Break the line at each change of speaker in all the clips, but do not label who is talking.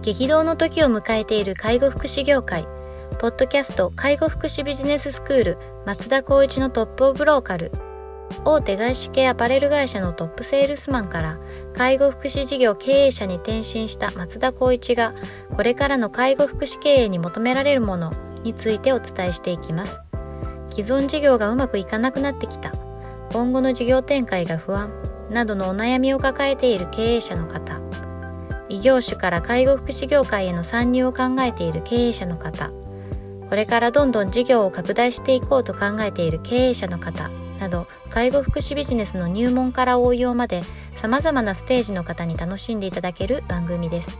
激動の時を迎えている介護福祉業界。ポッドキャスト介護福祉ビジネススクール松田光一のトップオブローカル。大手外資系アパレル会社のトップセールスマンから介護福祉事業経営者に転身した松田光一が、これからの介護福祉経営に求められるものについてお伝えしていきます。既存事業がうまくいかなくなってきた、今後の事業展開が不安などのお悩みを抱えている経営者の方、異業種から介護福祉業界への参入を考えている経営者の方、これからどんどん事業を拡大していこうと考えている経営者の方など、介護福祉ビジネスの入門から応用まで様々なステージの方に楽しんでいただける番組です。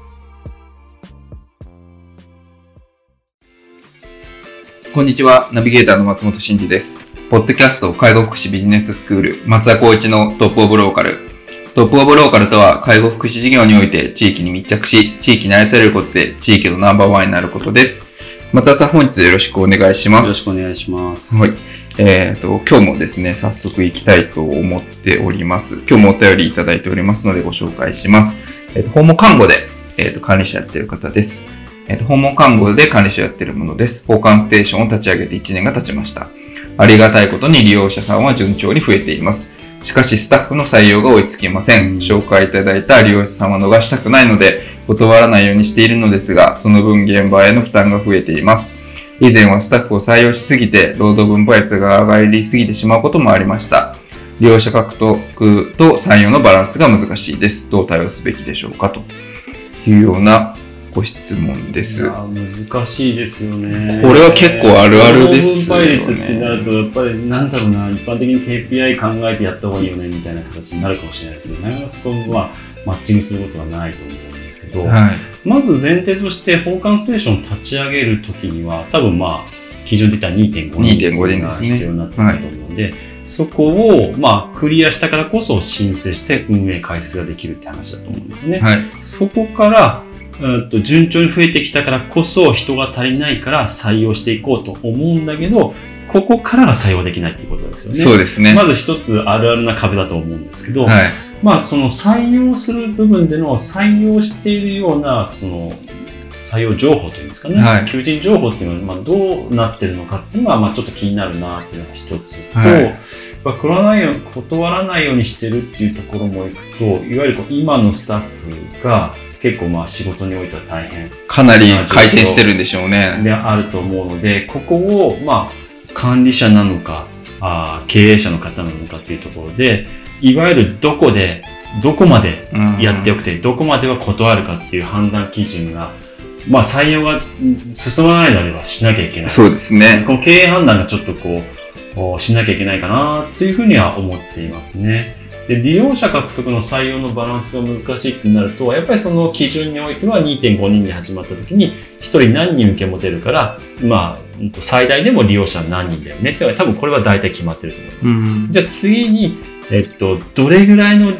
こんにちは、ナビゲーターの松本真嗣です。ポッドキャスト介護福祉ビジネススクール松田光一のトップオブローカル。トップオブローカルとは、介護福祉事業において地域に密着し、地域に愛されることで地域のナンバーワンになることです。松田さん、本日よろしくお願いします。
よろしくお願いします。
はい。今日もですね、早速行きたいと思っております。今日もお便りいただいておりますのでご紹介します。訪問看護で、管理者やっている方です。訪問看護で管理者やっているものです。訪看ステーションを立ち上げて1年が経ちました。ありがたいことに利用者さんは順調に増えています。しかしスタッフの採用が追いつきません。紹介いただいた利用者さんは逃したくないので断らないようにしているのですが、その分現場への負担が増えています。以前はスタッフを採用しすぎて労働分配率が上がりすぎてしまうこともありました。利用者獲得と採用のバランスが難しいです。どう対応すべきでしょうか、というようなご質問です。
難しいですよね。
これは結構あるあるですよね。
労働分配率ってなると、やっぱりなんだろうな、一般的に KPI 考えてやった方がいいよねみたいな形になるかもしれないですけど、なかなかそこはマッチングすることはないと思うんですけど、
はい、
まず前提として訪看ステーションを立ち上げるときには、多分基準で言ったら 2.5 人が必要になってくると思うので、そこをクリアしたからこそ申請して運営開設ができるって話だと思うんですね。
はい、
そこから順調に増えてきたからこそ人が足りないから採用していこうと思うんだけど、ここからが採用できないっていうことですよね。
そうですね。
まず一つあるあるな壁だと思うんですけど、
はい、
その採用する部分での採用しているようなその採用情報というんですかね、はい、求人情報っていうのはどうなってるのかっていうのはちょっと気になるなっていうのが一つと、はい、断らないようにしてるっていうところもいくと、いわゆる今のスタッフが結構仕事においては大変
かなり回転してるんでしょうね。
であると思うので、ここを管理者なのか経営者の方なのかっていうところで、いわゆるどこまでやってよくて、どこまでは断るかっていう判断基準が採用が進まないのであればしなきゃいけない。
そうですね。
この経営判断がちょっとしなきゃいけないかなっていうふうには思っていますね。で、利用者獲得の採用のバランスが難しいってなると、やっぱりその基準においては 2.5 人で始まった時に1人何人受け持てるから、最大でも利用者何人だよねって多分これは大体決まってると思います。じゃあ次に、どれぐらいの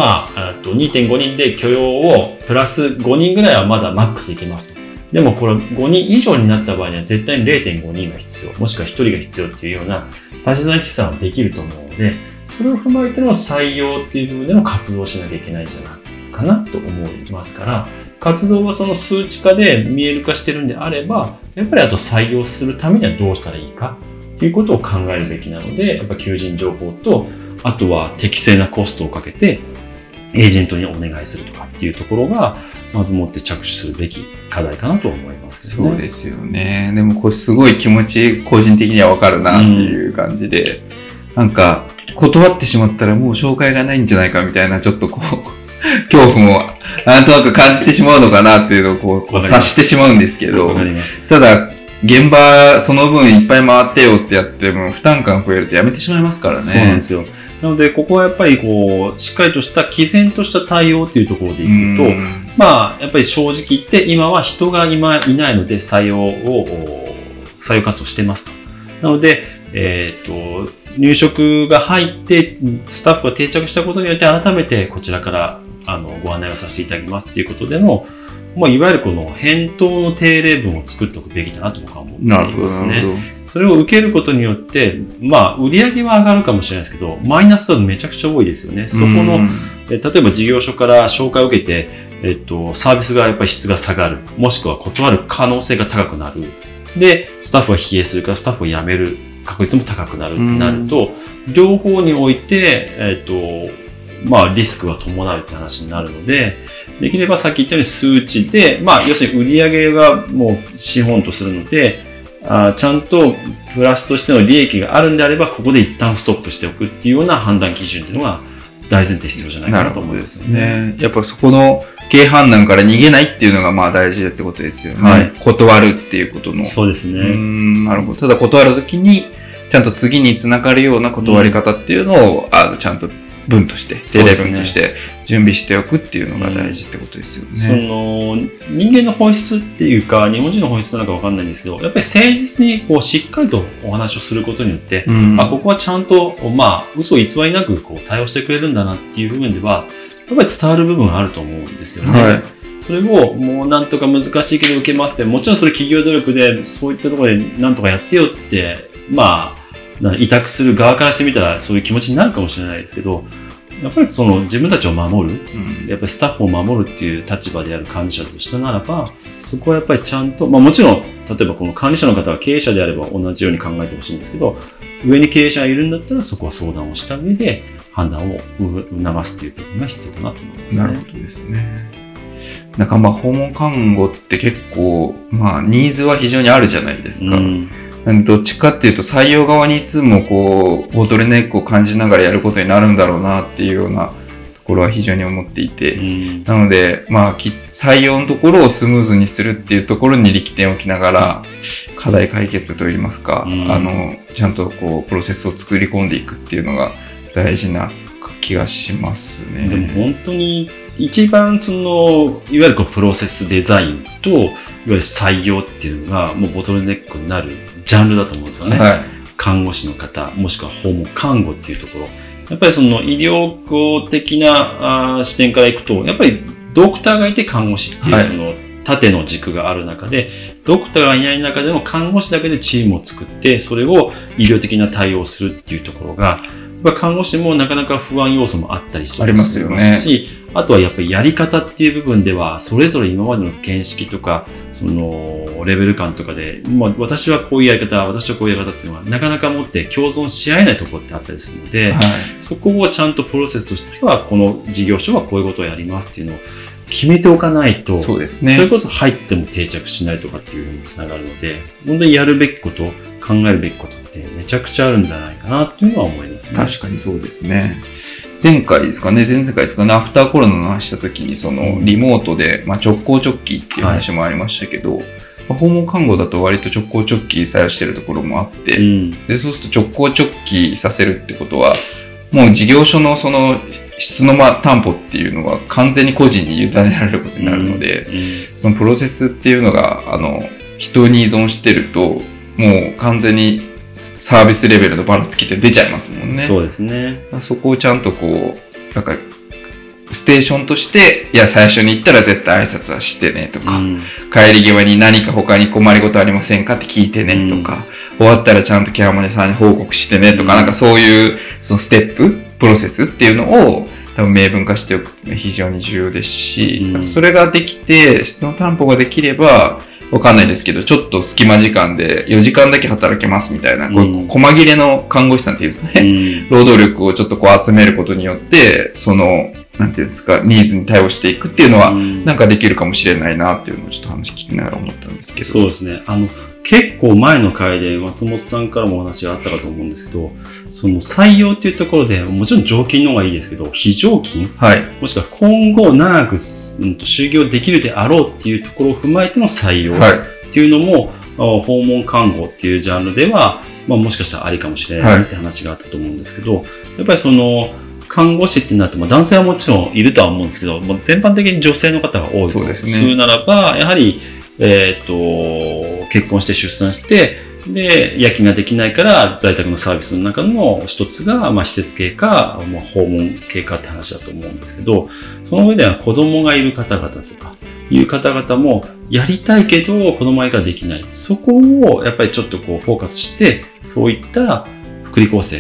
2.5 人で許容をプラス5人ぐらいはまだマックスいけますと。でもこれ5人以上になった場合には絶対に 0.5 人が必要、もしくは1人が必要っていうような足し算引き算はできると思うので、それを踏まえての採用っていう部分での活動をしなきゃいけないんじゃないかなと思いますから、活動はその数値化で見える化してるんであれば、やっぱりあと採用するためにはどうしたらいいかっていうことを考えるべきなので、やっぱ求人情報と、あとは適正なコストをかけてエージェントにお願いするとかっていうところがまずもって着手するべき課題かなと思いますけどね。
そうですよね。でもこれすごい気持ち個人的にはわかるなっていう感じで、断ってしまったらもう紹介がないんじゃないかみたいなちょっと恐怖もなんとなく感じてしまうのかなっていうのを察してしまうんですけど、ただ現場その分いっぱい回ってよってやっても負担感増えるとやめてしまいますからね。
そうなんですよ。なのでここはやっぱりしっかりとした毅然とした対応っていうところでいくと、やっぱり正直言って今は人が今いないので採用活動してますと。なので、入職が入ってスタッフが定着したことによって改めてこちらからご案内をさせていただきますっていうことでの、いわゆるこの返答の定例文を作っておくべきだなと僕は思っていますね。それを受けることによって、売り上げは上がるかもしれないですけど、マイナスはめちゃくちゃ多いですよね。そこの、例えば事業所から紹介を受けて、 サービスがやっぱり質が下がる。もしくは断る可能性が高くなる。で、スタッフが疲弊するからスタッフを辞める確率も高くなるってなると、両方において、リスクが伴うって話になるので、できればさっき言ったように数値で、要するに売り上げがもう資本とするので、ちゃんとプラスとしての利益があるんであれば、ここで一旦ストップしておくっていうような判断基準っていうのが大前提必要じゃないかなと思います
ね。やっぱそこの経営判断から逃げないっていうのが大事だってことですよね。
はい、
断るっていうことの。
そうですね。
なるほど。ただ断るときに、ちゃんと次につながるような断り方っていうのを、ちゃんと文として、定例文として準備しておくっていうのが大事ってことですよね。
人間の本質っていうか、日本人の本質なのかわかんないんですけど、やっぱり誠実にしっかりとお話をすることによって、ここはちゃんと、嘘偽りなく対応してくれるんだなっていう部分では、やっぱり伝わる部分があると思うんですよね。はい、それをもうなんとか難しいけど受けますって、もちろんそれ企業努力でそういったところでなんとかやってよって、委託する側からしてみたらそういう気持ちになるかもしれないですけど、やっぱり自分たちを守る、やっぱりスタッフを守るっていう立場である管理者としたならば、そこはやっぱりちゃんと、もちろん、例えばこの管理者の方は経営者であれば同じように考えてほしいんですけど、上に経営者がいるんだったらそこは相談をした上で判断を促すっていう部分が必要かなと思いますね。
なるほどですね。なんか訪問看護って結構、ニーズは非常にあるじゃないですか。どっちかっていうと採用側にいつもボトルネックを感じながらやることになるんだろうなっていうようなところは非常に思っていて、なので採用のところをスムーズにするっていうところに力点を置きながら課題解決といいますか、ちゃんとプロセスを作り込んでいくっていうのが大事な気がしますね。
でも本当に一番いわゆるプロセスデザインといわゆる採用っていうのがもうボトルネックになるジャンルだと思うんですよね。はい、看護師の方、もしくは訪問看護っていうところ。やっぱり医療的な視点からいくと、やっぱりドクターがいて看護師っていう縦の軸がある中で、ドクターがいない中での看護師だけでチームを作って、それを医療的な対応をするっていうところが、看護師もなかなか不安要素もあったりしますし、あとはやっぱりやり方っていう部分では、それぞれ今までの見識とか、レベル感とかで、私はこういうやり方、私はこういうやり方っていうのは、なかなか持って共存し合えないところってあったりするので、そこをちゃんとプロセスとしては、この事業所はこういうことをやりますっていうのを決めておかないと、そうですね。それこそ入っても定着しないとかっていうふうにつながるので、本当にやるべきこと、考えるべきことってめちゃくちゃあるんじゃないかなっていうのは思いますね。
確かにそうですね。前々回ですかね、アフターコロナの話した時に、リモートで、直行直帰っていう話もありましたけど、訪問看護だと割と直行直帰採用してるところもあって、で、そうすると直行直帰させるってことは、もう事業所の質の担保っていうのは完全に個人に委ねられることになるので、そのプロセスっていうのが、人に依存してると、もう完全にサービスレベルのばらつきって出ちゃいますもんね。
そうですね。
そこをちゃんとステーションとして、最初に行ったら絶対挨拶はしてねとか、帰り際に何か他に困りごとありませんかって聞いてねとか、終わったらちゃんとケアマネさんに報告してねとか、そういうステップ、プロセスっていうのを多分明文化しておくって非常に重要ですし、それができて、質の担保ができれば、わかんないですけど、ちょっと隙間時間で4時間だけ働けますみたいな、細切れの看護師さんっていうんですかね、労働力をちょっと集めることによって、なんていうんですか、ニーズに対応していくっていうのは、なんかできるかもしれないなっていうのをちょっと話聞きながら思ったんですけど。
そうですね。結構前の回で松本さんからもお話があったかと思うんですけど、採用っていうところで、もちろん常勤の方がいいですけど、非常勤、もしくは今後長く就業できるであろうっていうところを踏まえての採用っていうのも、訪問看護っていうジャンルでは、もしかしたらありかもしれないって話があったと思うんですけど、やっぱり看護師ってなると、男性はもちろんいるとは思うんですけど、全般的に女性の方が多いとするならば、やはり、結婚して出産して、で、夜勤ができないから在宅のサービスの中の一つが、施設系か、訪問系かって話だと思うんですけど、その上では子供がいる方々とかいう方々もやりたいけど子供がいるからできない。そこをやっぱりちょっとフォーカスして、そういった福利厚生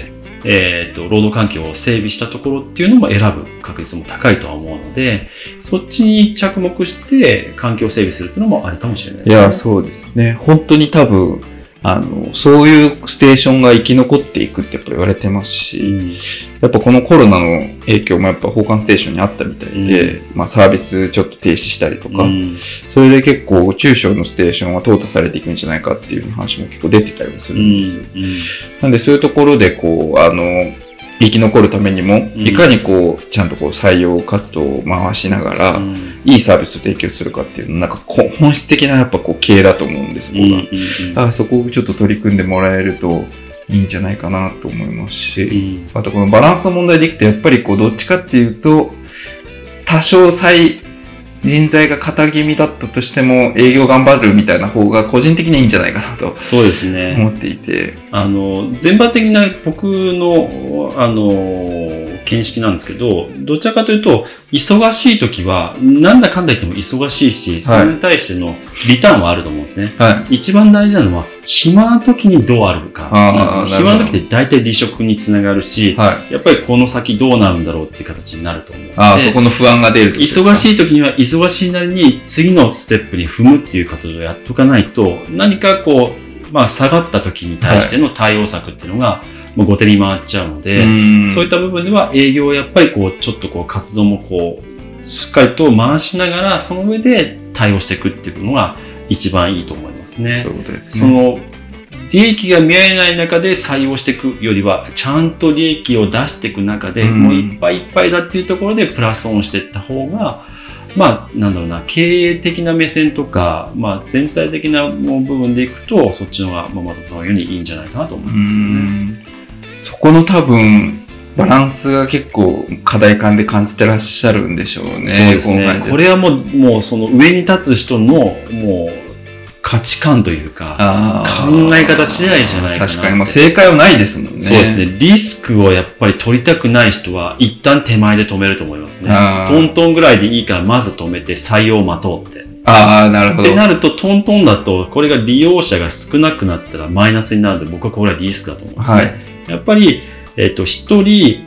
労働環境を整備したところっていうのも選ぶ確率も高いとは思うので、そっちに着目して環境を整備するっていうのもありかもしれないですね。
いや、そうですね。本当に多分、そういうステーションが生き残っていくってやっぱ言われてますし、やっぱこのコロナの影響もやっぱ訪韓ステーションにあったみたいで、サービスちょっと停止したりとか、それで結構中小のステーションは淘汰されていくんじゃないかっていう話も結構出てたりもするんですよ。なんでそういうところで生き残るためにも、いかにちゃんと採用活動を回しながら、いいサービスを提供するかっていうの、なんか本質的なやっぱ経営だと思うんです、僕は。そこをちょっと取り組んでもらえるといいんじゃないかなと思いますし、あとこのバランスの問題でいくと、やっぱりどっちかっていうと、多少人材が肩気味だったとしても営業頑張るみたいな方が個人的にいいんじゃないかなと
そうですね
思っていて、
全般的な僕の見識なんですけど、どちらかというと忙しい時はなんだかんだ言っても忙しいし、それに対してのリターンはあると思うんですね。一番大事なのは暇な時にどうあるか。暇な時って大体離職につながるし、やっぱりこの先どうなるんだろうっていう形になると思うので、
そこの不安が出る。
忙しい時には忙しいなりに次のステップに踏むっていう形をやっとかないと、何か下がった時に対しての対応策っていうのがもう後手に回っちゃうので、そういった部分では営業をやっぱりちょっと活動もしっかりと回しながら、その上で対応していくっていうのが一番いいと思いますね。
そうですね。
利益が見えない中で採用していくよりは、ちゃんと利益を出していく中で、もういっぱいいっぱいだっていうところでプラスオンしていった方が、経営的な目線とか、全体的な部分でいくと、そっちの方が、松本さんが言うにいいんじゃないかなと思うんですけどね。
そこの多分、バランスが結構課題感で感じてらっしゃるんでしょうね。
そうですね。これはもうその上に立つ人のもう価値観というか考え方次第じゃないかな。
確かに正解はないですもんね。
そうですね。リスクをやっぱり取りたくない人は一旦手前で止めると思いますね。トントンぐらいでいいからまず止めて採用を待とうって。
なるほど。
ってなるとトントンだとこれが利用者が少なくなったらマイナスになるので、僕はこれはリスクだと思いますね。やっぱり1人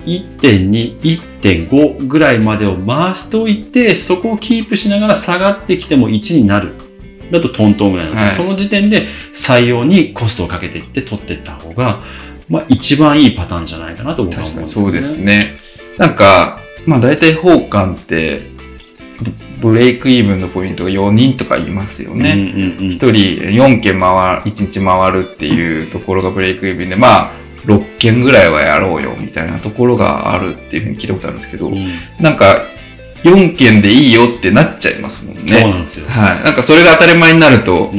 1.2、1.5 ぐらいまでを回しておいて、そこをキープしながら下がってきても1になる。だとトントンぐらいなので、その時点で採用にコストをかけていって取っていった方が、一番いいパターンじゃないかなと僕は思うんですね。
そうですね。なんか、大体訪韓って、ブレイクイーブンのポイントが4人とか言いますよね。1人4件1日回るっていうところがブレイクイーブンで、6件ぐらいはやろうよみたいなところがあるっていうふうに聞いたことあるんですけど、なんか4件でいいよってなっちゃいますもんね。
そうなんですよ。
なんかそれが当たり前になると、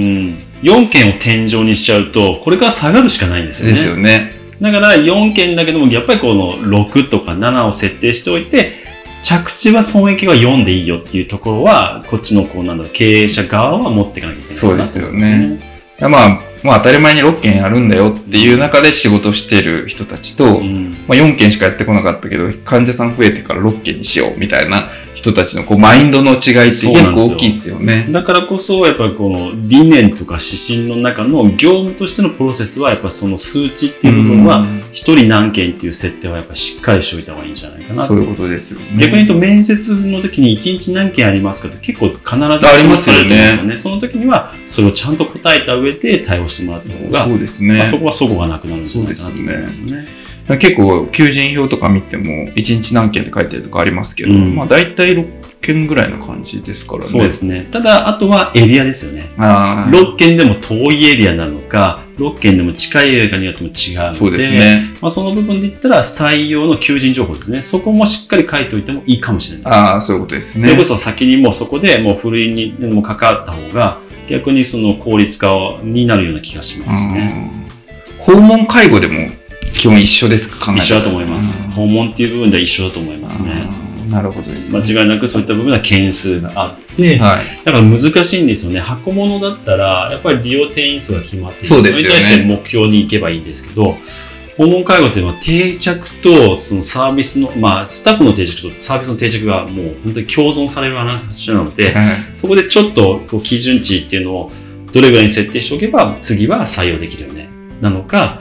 4件を天井にしちゃうと、これから下がるしかないんですよね。
ですよね。
だから4件だけども、やっぱりこの6とか7を設定しておいて、着地は損益は4でいいよっていうところは、こっちの経営者側は持っていかなきゃいけないかなと思いますね。
そうですよね。当たり前に6件やるんだよっていう中で仕事してる人たちと、4件しかやってこなかったけど、患者さん増えてから6件にしようみたいな人たちのマインドの違いって結構大きいですよね。
だからこそ、やっぱりこの理念とか指針の中の業務としてのプロセスは、やっぱその数値っていう部分は、一人何件っていう設定はやっぱしっかりしておいた方がいいんじゃないかなと。
そういうことですよね。
逆に言うと面接の時に1日何件ありますかって結構必ず
ありますよね。
その時には、それをちゃんと答えた上で対応してもらった方が、
そうですね。
そこは齟齬がなくなるんじゃないかなと思いますよね。
結構、求人票とか見ても、1日何件って書いてあるとかありますけど、大体6件ぐらいの感じですからね。
そうですね。ただ、あとはエリアですよね。6件でも遠いエリアなのか、6件でも近いエリアによっても違うので、
そうですね。
その部分で言ったら、採用の求人情報ですね。そこもしっかり書いておいてもいいかもしれない。
そういうことですね。
それこそ先にもうそこでもうふるいにも関わった方が、逆にその効率化になるような気がしますしね。
訪問介護でも基本一緒ですか？
一緒だと思います。訪問っていう部分では一緒だと思いますね。
なるほどですね。
間違いなくそういった部分は件数があって、だから難しいんですよね。箱物だったら、やっぱり利用定員数が決まっている。
そうですよね。
それに対して目標に行けばいいんですけど、訪問介護っていうのは定着とそのサービスの、スタッフの定着とサービスの定着がもう本当に共存される話なので、そこでちょっと基準値っていうのをどれぐらいに設定しておけば次は採用できるよね。なのか、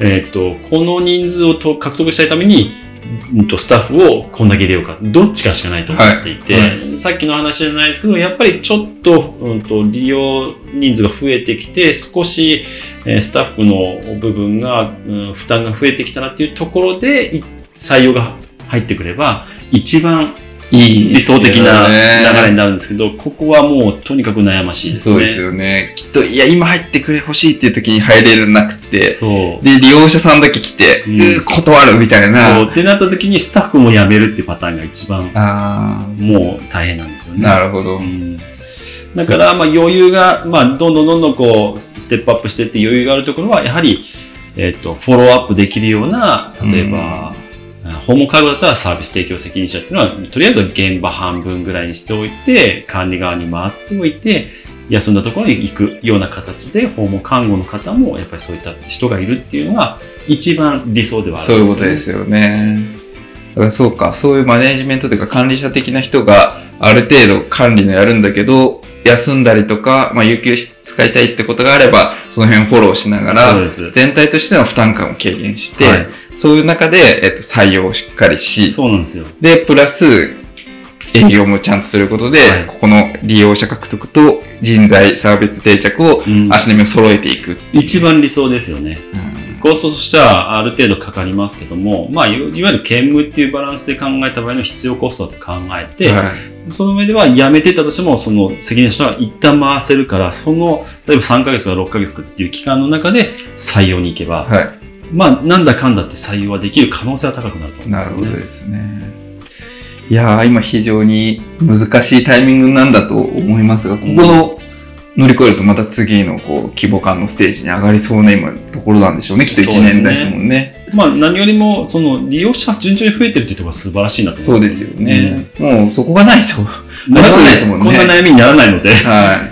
この人数を獲得したいために、スタッフをこんだけ入れようか。どっちかしかないと思っていて、さっきの話じゃないですけど、やっぱりちょっと、利用人数が増えてきて、少し、スタッフの部分が、負担が増えてきたなっていうところで、採用が入ってくれば、一番理想的な流れになるんですけど、ここはもうとにかく悩ましいですね。
そうですよね。きっと、いや、今入ってくれ欲しいっていう時に入れなくて、
そう。
で、利用者さんだけ来て、断るみたいな。
そう。ってなった時にスタッフも辞めるっていうパターンが一番、もう大変なんですよね。
なるほど。
だから、余裕が、どんどんこう、ステップアップしていって余裕があるところは、やはり、フォローアップできるような、例えば、訪問介護だったらサービス提供責任者っていうのは、とりあえず現場半分ぐらいにしておいて、管理側に回っておいて、休んだところに行くような形で、訪問看護の方も、やっぱりそういった人がいるっていうのが、一番理想ではあるんですよね。
そういうことですよね。だからそうか、そういうマネージメントというか管理者的な人がある程度管理のやるんだけど、休んだりとか、有給使いたいってことがあれば、その辺フォローしながら、全体としての負担感を軽減して、そういう中で、採用をしっかりし、
そうなんですよ。
で、プラス、営業もちゃんとすることで、ここの利用者獲得と人材、サービス定着を、足並みを揃えていく。
一番理想ですよね。コストとしてはある程度かかりますけども、いわゆる兼務っていうバランスで考えた場合の必要コストだと考えて、その上では辞めてたとしても、その責任者は一旦回せるから、その、例えば3ヶ月か6ヶ月かっていう期間の中で採用に行けば、なんだかんだって採用はできる可能性は高くなると思うんですよね。
なるほどですね。いやー、今非常に難しいタイミングなんだと思いますが、ここの乗り越えるとまた次の規模感のステージに上がりそうな今のところなんでしょうね。きっと1年代ですもんね。
何よりも、利用者が順調に増えてるっていうところが素晴らしいなと思います。
そうですよね。もうそこがないと、
ならないですもんね。こんな悩みにならないので。
はい。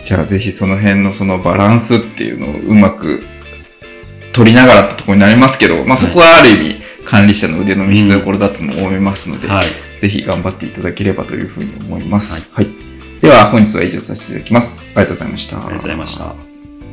じゃあぜひその辺のそのバランスっていうのをうまく取りながらってところになりますけど、そこはある意味管理者の腕の見せ所だとも思いますので、ぜひ頑張っていただければというふうに思います。はい。では本日は以上させていただきます。ありがとうございました。
ありがとうございました。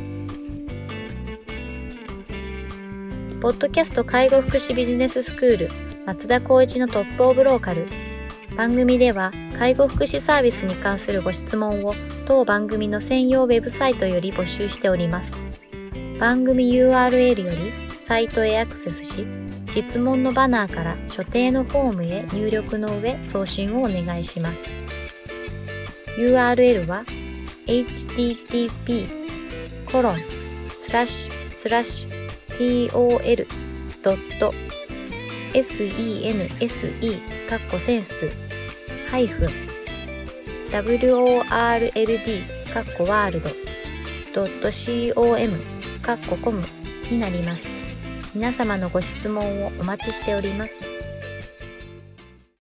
ポッドキャスト介護福祉ビジネススクール松田光一のトップオブローカル。番組では介護福祉サービスに関するご質問を当番組の専用ウェブサイトより募集しております。番組 URL よりサイトへアクセスし、質問のバナーから所定のフォームへ入力の上送信をお願いします。URL は http://tol.sense.world.com になります。皆様のご質問をお待ちしております。